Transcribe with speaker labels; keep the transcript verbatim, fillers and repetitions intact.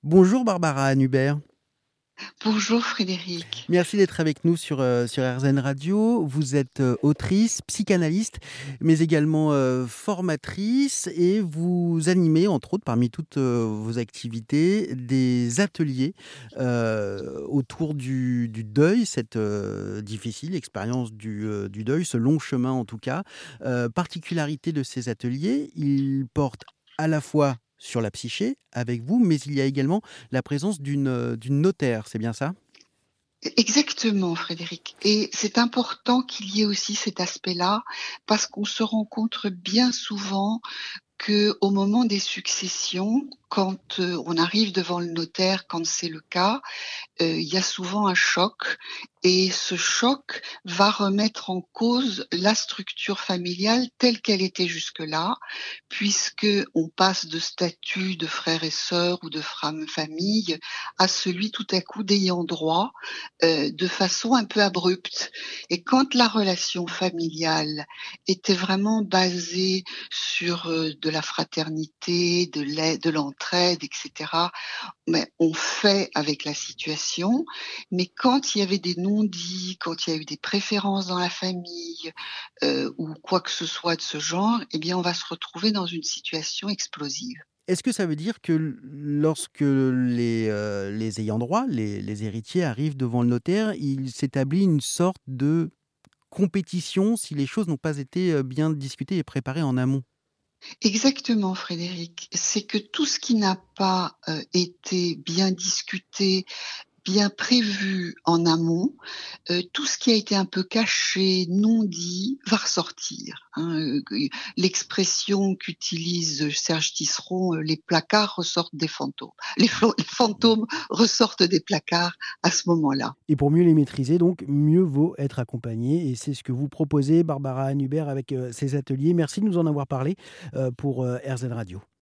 Speaker 1: Bonjour Barbara Anubert.
Speaker 2: Bonjour Frédéric.
Speaker 1: Merci d'être avec nous sur, euh, sur R Z N Radio. Vous êtes euh, autrice, psychanalyste, mais également euh, formatrice et vous animez, entre autres, parmi toutes euh, vos activités, des ateliers euh, autour du, du deuil, cette euh, difficile expérience du, euh, du deuil, ce long chemin en tout cas. Euh, particularité de ces ateliers, ils portent à la fois sur la psyché avec vous, mais il y a également la présence d'une euh, d'une notaire, c'est bien ça?
Speaker 2: Exactement Frédéric. Et c'est important qu'il y ait aussi cet aspect-là, parce qu'on se rencontre bien souvent que au moment des successions, quand, heu, on arrive devant le notaire, quand c'est le cas, heu, il y a souvent un choc et ce choc va remettre en cause la structure familiale telle qu'elle était jusque-là, puisqu'on passe de statut de frères et sœurs ou de fram famille à celui tout à coup d'ayants droit, heu, de façon un peu abrupte. Et quand la relation familiale était vraiment basée sur, heu, de la fraternité, de l'aide de l'entraide et cetera, mais on fait avec la situation. Mais quand il y avait des non-dits, quand il y a eu des préférences dans la famille, heu, ou quoi que ce soit de ce genre, eh bien, on va se retrouver dans une situation explosive.
Speaker 1: Est-ce que ça veut dire que l lorsque les, heu, les ayants droit, les les héritiers arrivent devant le notaire, il s'établit une sorte de compétition si les choses n'ont pas été, heu, bien discutées et préparées en amont?
Speaker 2: Exactement Frédéric, c'est que tout ce qui n'a pas, heu, été bien discuté, bien prévu en amont, heu, tout ce qui a été un peu caché, non dit, va ressortir, hein, heu, gue l'expression qu'utilise Serge Tisseron, heu: «Les placards ressortent des fantômes». Les flan les fantômes ressortent des placards à ce moment-là.
Speaker 1: Et pour mieux les maîtriser donc, mieux vaut être accompagné et c'est ce que vous proposez Barbara Anubert avec, heu, ces ateliers. Merci de nous en avoir parlé, heu, pour, heu, R Z Radio.